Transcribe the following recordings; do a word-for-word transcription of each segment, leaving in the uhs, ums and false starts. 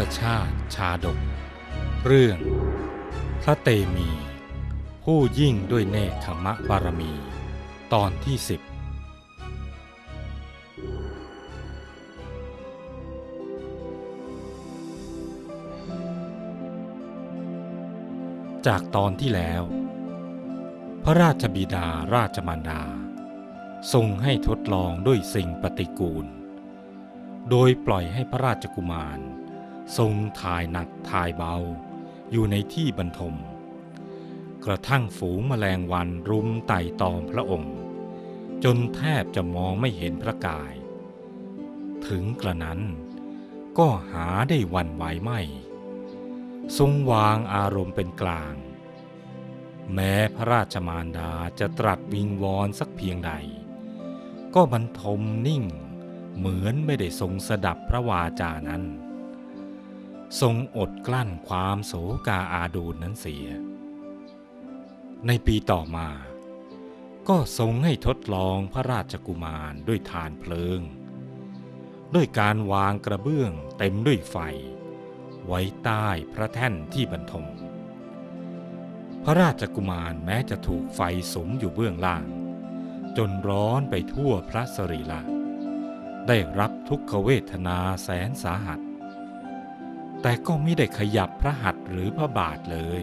ชาติชาดกเรื่องพระเตมีผู้ยิ่งด้วยเนกขมะบารมีตอนที่สิบจากตอนที่แล้วพระราชบิดาราชมารดาทรงให้ทดลองด้วยสิ่งปฏิกูลโดยปล่อยให้พระราชกุมารทรงถ่ายหนักถ่ายเบาอยู่ในที่บรรทมกระทั่งฝูงแมลงวันรุมไต่ตอมพระองค์จนแทบจะมองไม่เห็นพระกายถึงกระนั้นก็หาได้หวั่นไหวไม่ทรงวางอารมณ์เป็นกลางแม้พระราชมารดาจะตรัสวิงวอนสักเพียงใดก็บรรทมนิ่งเหมือนไม่ได้ทรงสดับพระวาจานั้นทรงอดกลั้นความโศกาอาดูลนั้นเสียในปีต่อมาก็ทรงให้ทดลองพระราชกุมารด้วยฐานเพลิงด้วยการวางกระเบื้องเต็มด้วยไฟไว้ใต้พระแท่นที่บรรทมพระราชกุมารแม้จะถูกไฟสุมอยู่เบื้องล่างจนร้อนไปทั่วพระสรีระได้รับทุกขเวทนาแสนสาหัสแต่ก็ไม่ได้ขยับพระหัตถ์หรือพระบาทเลย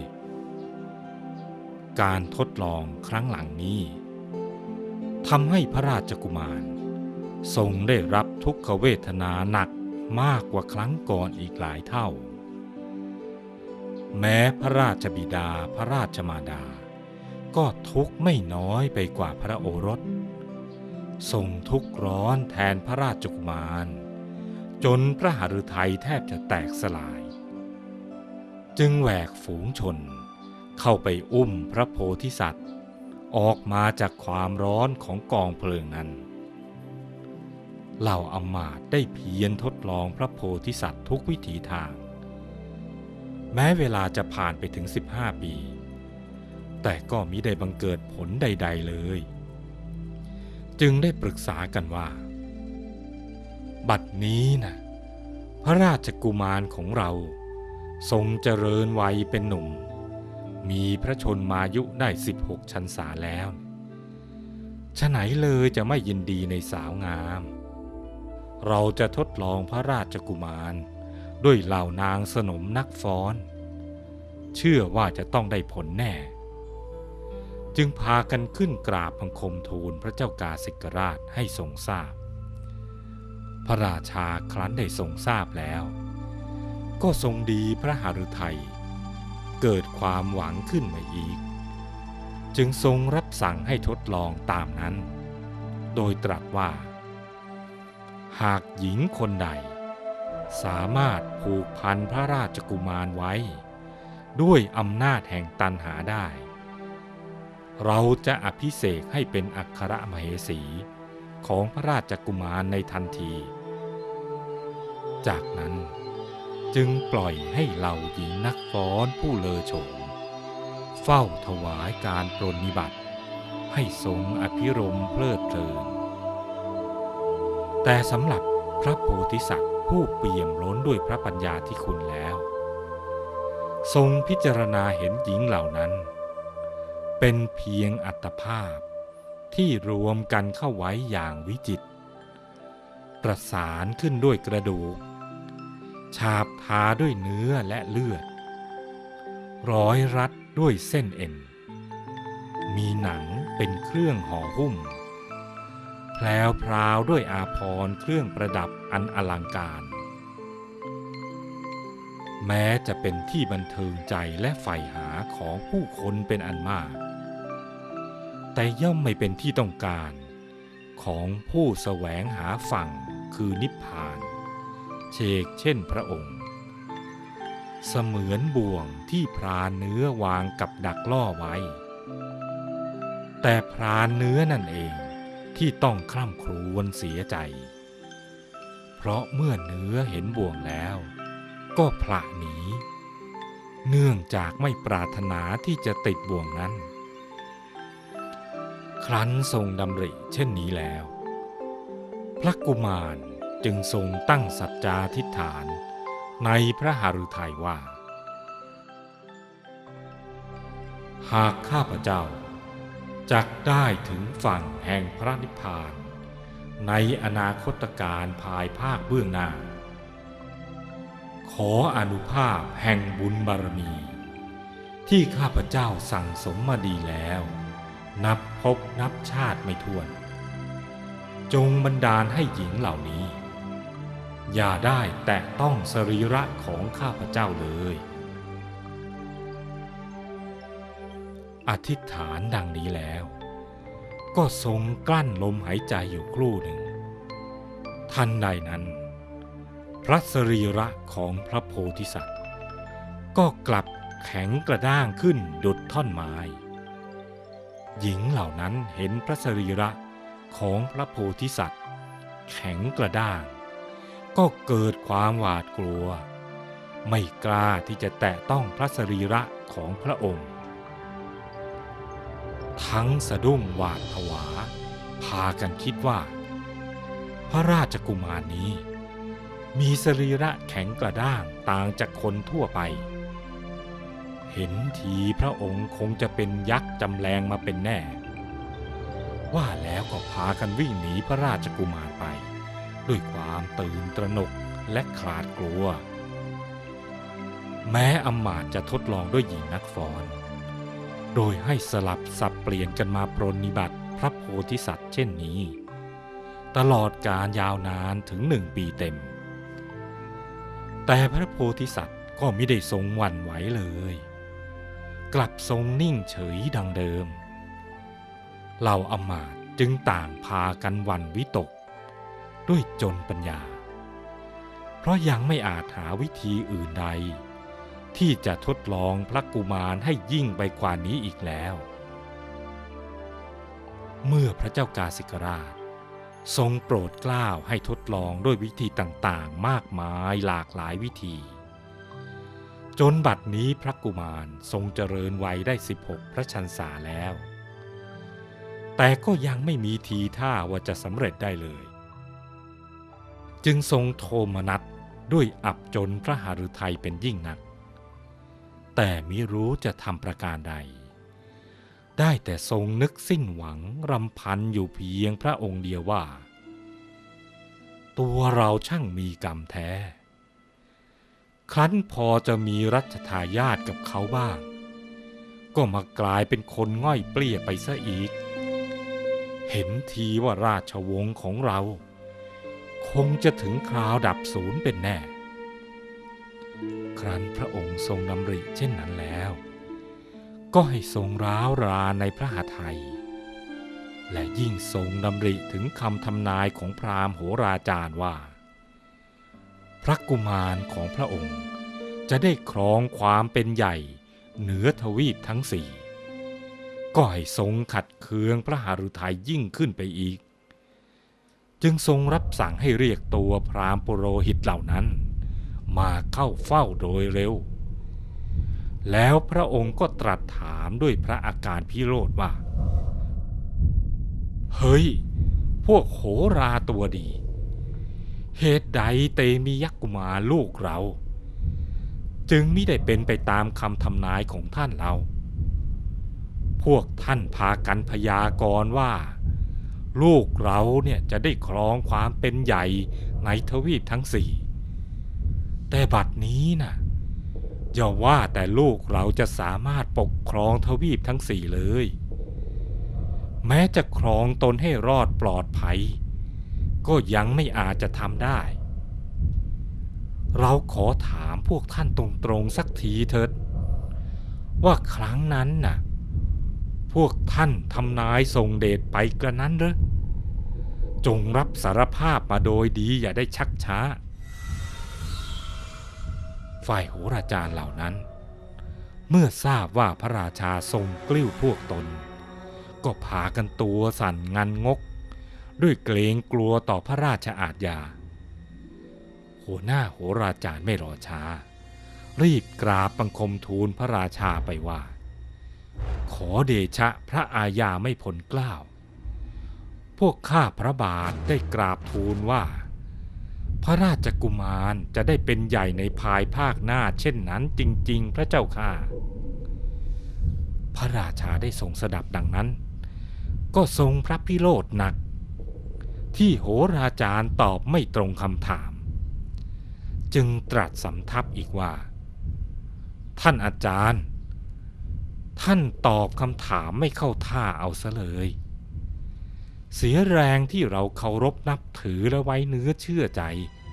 การทดลองครั้งหลังนี้ทำให้พระราชกุมารทรงได้รับทุกขเวทนาหนักมากกว่าครั้งก่อนอีกหลายเท่าแม้พระราชบิดาพระราชมารดาก็ทุกข์ไม่น้อยไปกว่าพระโอรสทรงทุกข์ร้อนแทนพระราชกุมารจนพระหฤทัยแทบจะแตกสลายจึงแหวกฝูงชนเข้าไปอุ้มพระโพธิสัตว์ออกมาจากความร้อนของกองเพลิงนั้นเหล่าอมาตย์ได้เพียรทดลองพระโพธิสัตว์ทุกวิถีทางแม้เวลาจะผ่านไปถึงสิบห้าปีแต่ก็มิได้บังเกิดผลใดๆเลยจึงได้ปรึกษากันว่าบัดนี้นะพระราชกุมารของเราทรงเจริญวัยเป็นหนุ่มมีพระชนมายุได้สิบหกพรรษาแล้วฉะไหนเลยจะไม่ยินดีในสาวงามเราจะทดลองพระราชกุมารด้วยเหล่านางสนมนักฟ้อนเชื่อว่าจะต้องได้ผลแน่จึงพากันขึ้นกราบบังคมทูลพระเจ้ากาสิกราชให้ทรงทราบพระราชาครั้นได้ทรงทราบแล้วก็ทรงดีพระหฤทัยเกิดความหวังขึ้นมาอีกจึงทรงรับสั่งให้ทดลองตามนั้นโดยตรัสว่าหากหญิงคนใดสามารถผูกพันพระราชกุมารไว้ด้วยอำนาจแห่งตัณหาได้เราจะอภิเษกให้เป็นอัครมเหสีของพระราชกุมารในทันทีจากนั้นจึงปล่อยให้เหล่าหญิงนักฟ้อนผู้เลอโฉมเฝ้าถวายการปรนนิบัติให้ทรงอภิรมย์เพลิดเพลินแต่สำหรับพระโพธิสัตว์ผู้เปี่ยมล้นด้วยพระปัญญาธิคุณแล้วทรงพิจารณาเห็นหญิงเหล่านั้นเป็นเพียงอัตภาพที่รวมกันเข้าไว้อย่างวิจิตรประสานขึ้นด้วยกระดูกฉาบทาด้วยเนื้อและเลือดร้อยรัดด้วยเส้นเอ็นมีหนังเป็นเครื่องห่อหุ้มแพรวพราวด้วยอาภรณ์เครื่องประดับอันอลังการแม้จะเป็นที่บันเทิงใจและใฝ่หาของผู้คนเป็นอันมากแต่ย่อมไม่เป็นที่ต้องการของผู้แสวงหาฝั่งคือนิพพานเชกเช่นพระองค์เสมือนบ่วงที่พรานเนื้อวางกับดักล่อไว้แต่พรานเนื้อนั่นเองที่ต้องคร่ำครวญเสียใจเพราะเมื่อเนื้อเห็นบ่วงแล้วก็ผละหนีเนื่องจากไม่ปรารถนาที่จะติดบ่วงนั้นครั้นทรงดำริเช่นนี้แล้วพระกุมารจึงทรงตั้งสัจจาธิษฐานในพระหฤทัยว่าหากข้าพเจ้าจักได้ถึงฝั่งแห่งพระนิพพานในอนาคตการภายภาคเบื้องหน้าขออานุภาพแห่งบุญบารมีที่ข้าพเจ้าสั่งสมมาดีแล้วนับพบนับชาติไม่ถ้วนจงบันดาลให้หญิงเหล่านี้อย่าได้แตะต้องสรีระของข้าพเจ้าเลยอธิษฐานดังนี้แล้วก็ทรงกลั้นลมหายใจอยู่ครู่หนึ่งทันใดนั้นพระสรีระของพระโพธิสัตว์ก็กลับแข็งกระด้างขึ้นดุจท่อนไม้หญิงเหล่านั้นเห็นพระสรีระของพระโพธิสัตว์แข็งกระด้างก็เกิดความหวาดกลัวไม่กล้าที่จะแตะต้องพระสรีระของพระองค์ทั้งสะดุ้งหวาดผวาพากันคิดว่าพระราชกุมารนี้มีสรีระแข็งกระด้างต่างจากคนทั่วไปเห็นทีพระองค์คงจะเป็นยักษ์จำแรงมาเป็นแน่ว่าแล้วก็พากันวิ่งหนีพระราชกุมารไปด้วยความตื่นตระหนกและขลาดกลัวแม้อำมาตย์จะทดลองด้วยหญิงนักฟ้อนโดยให้สลับสับเปลี่ยนกันมาปรนนิบัติพระโพธิสัตว์เช่นนี้ตลอดกาลยาวนานถึงหนึ่งปีเต็มแต่พระโพธิสัตว์ก็ไม่ได้ทรงหวั่นไหวเลยกลับทรงนิ่งเฉยดังเดิมเหล่าอำมาตย์จึงต่างพากันหวั่นวิตกด้วยจนปัญญาเพราะยังไม่อาจหาวิธีอื่นใดที่จะทดลองพระกุมารให้ยิ่งไปกว่านี้อีกแล้วเมื่อพระเจ้ากาสิกราชทรงโปรดเกล้าให้ทดลองด้วยวิธีต่างๆมากมายหลากหลายวิธีจนบัดนี้พระกุมารทรงเจริญวัยได้สิบหกพระชรรษาแล้วแต่ก็ยังไม่มีทีท่าว่าจะสำเร็จได้เลยจึงทรงโทมนัสด้วยอับจนพระหฤทัยเป็นยิ่งนักแต่มิรู้จะทำประการใดได้แต่ทรงนึกสิ้นหวังรำพันอยู่เพียงพระองค์เดียวว่าตัวเราช่างมีกรรมแท้ครั้นพอจะมีรัชทายาทกับเขาบ้างก็มากลายเป็นคนง่อยเปลี้ยไปซะอีกเห็นทีว่าราชวงศ์ของเราคงจะถึงคราวดับสูญเป็นแน่ครั้นพระองค์ทรงดำริเช่นนั้นแล้วก็ให้ทรงร้าวราในพระหทัยและยิ่งทรงดำริถึงคำทำนายของพราหมณ์โหราจารย์ว่าพระกุมารของพระองค์จะได้ครองความเป็นใหญ่เหนือทวีปทั้งสี่ก็ให้ทรงขัดเคืองพระหฤทัยยิ่งขึ้นไปอีกจึงทรงรับสั่งให้เรียกตัวพราหมณ์ปุโรหิตเหล่านั้นมาเข้าเฝ้าโดยเร็วแล้วพระองค์ก็ตรัสถามด้วยพระอาการพิโรธว่าเฮ้ยพวกโหราตัวดีเหตุใดเตมียักษ์กุมารลูกเราจึงมิได้เป็นไปตามคำทำนายของท่านเราพวกท่านพากันพยากรณ์ว่าลูกเราเนี่ยจะได้ครองความเป็นใหญ่ในทวีปทั้งสี่แต่บัดนี้น่ะอย่าว่าแต่ลูกเราจะสามารถปกครองทวีปทั้งสี่เลยแม้จะครองตนให้รอดปลอดภัยก็ยังไม่อาจจะทำได้เราขอถามพวกท่านตรงๆสักทีเถิดว่าครั้งนั้นน่ะพวกท่านทำนายทรงเดชไปกระนั้นหรือจงรับสารภาพมาโดยดีอย่าได้ชักช้าฝ่ายโหราจารย์เหล่านั้นเมื่อทราบว่าพระราชาทรงกลิ้วพวกตนก็พากันตัวสั่นงันงกด้วยเกรงกลัวต่อพระราชอาทยาหัวหน้าโหราจารย์ไม่รอช้ารีบกราบบังคมทูลพระราชาไปว่าขอเดชะพระอาญาไม่พ้นเกล้าพวกข้าพระบาทได้กราบทูลว่าพระราชกุมารจะได้เป็นใหญ่ในภายภาคหน้าเช่นนั้นจริงๆพระเจ้าค่ะพระราชาได้ทรงสดับดังนั้นก็ทรงพระพิโรธหนักที่โหราจารย์ตอบไม่ตรงคำถามจึงตรัสสำทับอีกว่าท่านอาจารย์ท่านตอบคำถามไม่เข้าท่าเอาซะเลยเสียแรงที่เราเคารพนับถือและไว้เนื้อเชื่อใจ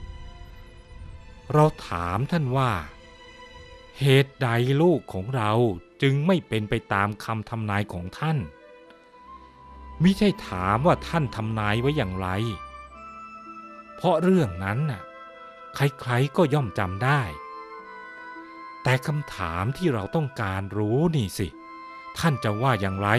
เราถามท่านว่าเหตุใดลูกของเราจึงไม่เป็นไปตามคำทำนายของท่านมิใช่ถามว่าท่านทำนายไว้อย่างไรเพราะเรื่องนั้นน่ะใครๆก็ย่อมจำได้แต่คำถามที่เราต้องการรู้นี่สิท่านจะว่าอย่างไร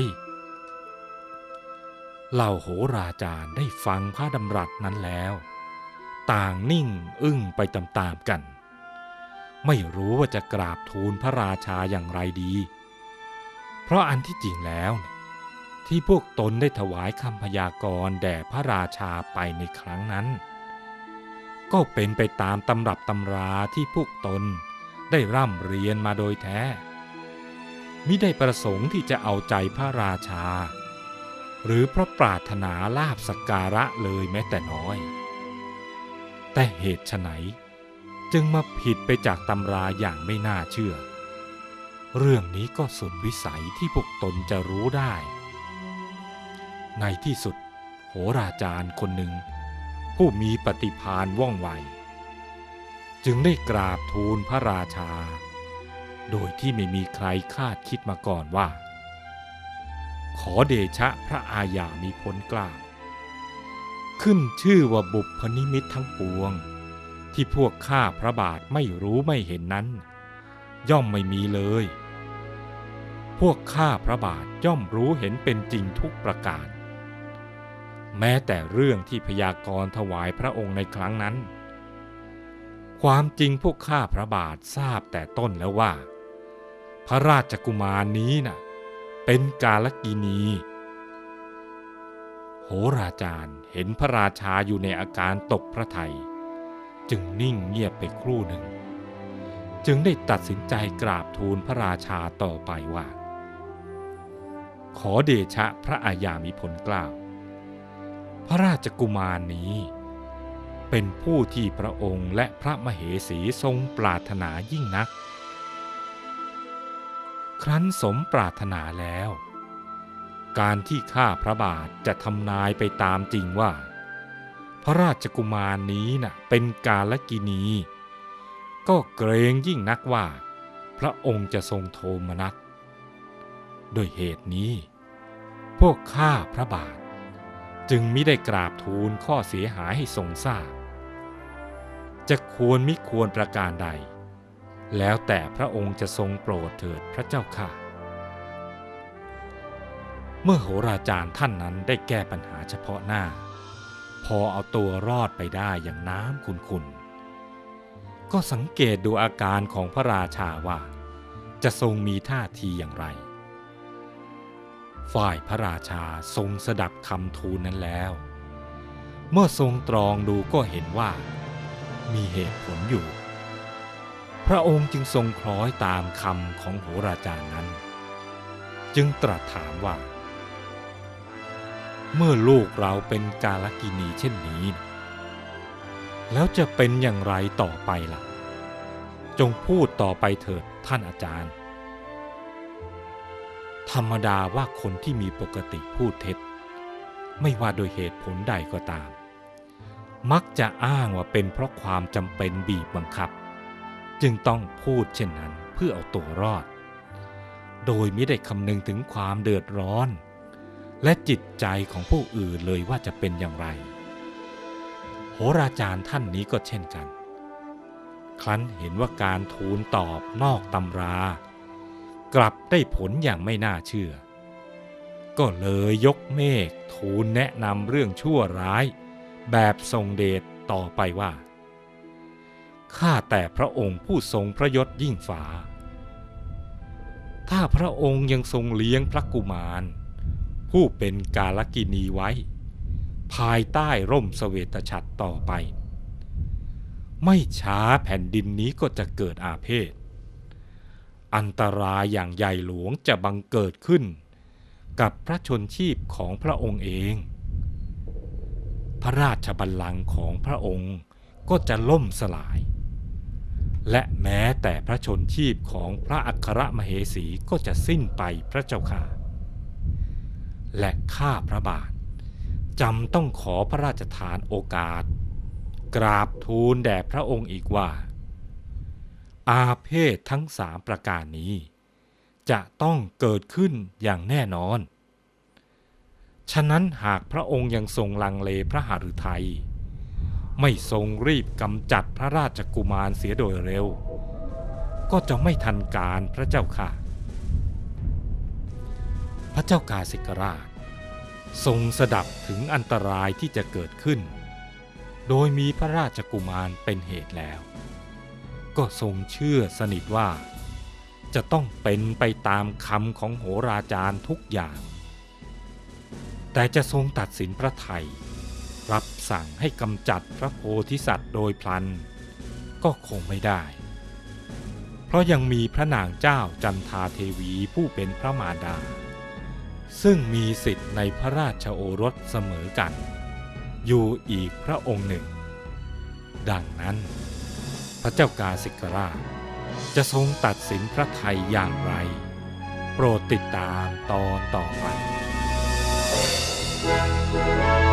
เหล่าโหราจารย์ได้ฟังพระดำรัสนั้นแล้วต่างนิ่งอึ้งไปตามๆกันไม่รู้ว่าจะกราบทูลพระราชาอย่างไรดีเพราะอันที่จริงแล้วที่พวกตนได้ถวายคำพยากรณ์แด่พระราชาไปในครั้งนั้นก็เป็นไปตามตำรับตำราที่พวกตนได้ร่ำเรียนมาโดยแท้มิได้ประสงค์ที่จะเอาใจพระราชาหรือพระปรารถนาลาภสักการะเลยแม้แต่น้อยแต่เหตุไฉนจึงมาผิดไปจากตำราอย่างไม่น่าเชื่อเรื่องนี้ก็สุดวิสัยที่พวกตนจะรู้ได้ในที่สุดโหราจารย์คนหนึ่งผู้มีปฏิภาณว่องไวจึงได้กราบทูลพระราชาโดยที่ไม่มีใครคาดคิดมาก่อนว่าขอเดชะพระอาญามิพ้นเกล้าขึ้นชื่อว่าบุพนิมิตทั้งปวงที่พวกข้าพระบาทไม่รู้ไม่เห็นนั้นย่อมไม่มีเลยพวกข้าพระบาทย่อมรู้เห็นเป็นจริงทุกประการแม้แต่เรื่องที่พยากรณ์ถวายพระองค์ในครั้งนั้นความจริงพวกข้าพระบาททราบแต่ต้นแล้วว่าพระราชกุมารนี้น่ะเป็นกาลกิณีโหราจารย์เห็นพระราชาอยู่ในอาการตกพระทัยจึงนิ่งเงียบไปครู่หนึ่งจึงได้ตัดสินใจกราบทูลพระราชาต่อไปว่าขอเดชะพระอาญามิพ้นเกล้าพระราชกุมารนี้เป็นผู้ที่พระองค์และพระมเหสีทรงปรารถนายิ่งนักครั้นสมปรารถนาแล้วการที่ข้าพระบาทจะทำนายไปตามจริงว่าพระราชกุมารนี้น่ะเป็นกาลกิณีก็เกรงยิ่งนักว่าพระองค์จะทรงโทมนัสด้วยเหตุนี้พวกข้าพระบาทจึงมิได้กราบทูลข้อเสียหายให้ทรงทราบจะควรมิควรประการใดแล้วแต่พระองค์จะทรงโปรดเถิดพระเจ้าค่ะเมื่อโหราจารย์ท่านนั้นได้แก้ปัญหาเฉพาะหน้าพอเอาตัวรอดไปได้อย่างน้ำขุ่นๆก็สังเกตดูอาการของพระราชาว่าจะทรงมีท่าทีอย่างไรฝ่ายพระราชาทรงสดับคำทูลนั้นแล้วเมื่อทรงตรองดูก็เห็นว่ามีเหตุผลอยู่พระองค์จึงทรงคล้อยตามคำของโหราจารย์นั้นจึงตรัสถามว่าเมื่อลูกเราเป็นกาลกิณีเช่นนี้แล้วจะเป็นอย่างไรต่อไปล่ะจงพูดต่อไปเถิดท่านอาจารย์ธรรมดาว่าคนที่มีปกติพูดเท็จไม่ว่าโดยเหตุผลใดก็ตามมักจะอ้างว่าเป็นเพราะความจำเป็นบีบบังคับจึงต้องพูดเช่นนั้นเพื่อเอาตัวรอดโดยไม่ได้คำนึงถึงความเดือดร้อนและจิตใจของผู้อื่นเลยว่าจะเป็นอย่างไรโหราจารย์ท่านนี้ก็เช่นกันครั้นเห็นว่าการทูลตอบนอกตำรากลับได้ผลอย่างไม่น่าเชื่อก็เลยยกเมฆทูลแนะนำเรื่องชั่วร้ายแบบทรงเดชต่อไปว่าข้าแต่พระองค์ผู้ทรงพระยศยิ่งฟ้าถ้าพระองค์ยังทรงเลี้ยงพระกุมารผู้เป็นกาลกิณีไว้ภายใต้ร่มเสวตฉัตรต่อไปไม่ช้าแผ่นดินนี้ก็จะเกิดอาเพศอันตรายอย่างใหญ่หลวงจะบังเกิดขึ้นกับพระชนชีพของพระองค์เองพระราชบัลลังก์ของพระองค์ก็จะล่มสลายและแม้แต่พระชนชีพของพระอัครมเหสีก็จะสิ้นไปพระเจ้าค่ะและข้าพระบาทจำต้องขอพระราชทานโอกาสกราบทูลแด่พระองค์อีกว่าอาเพศทั้งสามประการนี้จะต้องเกิดขึ้นอย่างแน่นอนฉะนั้นหากพระองค์ยังทรงลังเลพระหฤทัยไม่ทรงรีบกำจัดพระราชกุมารเสียโดยเร็วก็จะไม่ทันการพระเจ้าค่ะพระเจ้ากาสิกราชทรงสดับถึงอันตรายที่จะเกิดขึ้นโดยมีพระราชกุมารเป็นเหตุแล้วก็ทรงเชื่อสนิทว่าจะต้องเป็นไปตามคำของโหราจารย์ทุกอย่างแต่จะทรงตัดสินพระทัยรับสั่งให้กำจัดพระโพธิสัตว์โดยพลันก็คงไม่ได้เพราะยังมีพระนางเจ้าจันทาเทวีผู้เป็นพระมารดาซึ่งมีสิทธิ์ในพระราชโอรสเสมอกันอยู่อีกพระองค์หนึ่งดังนั้นพระเจ้ากาสิกราชจะทรงตัดสินพระทัยอย่างไรโปรดติดตามตอนต่อไป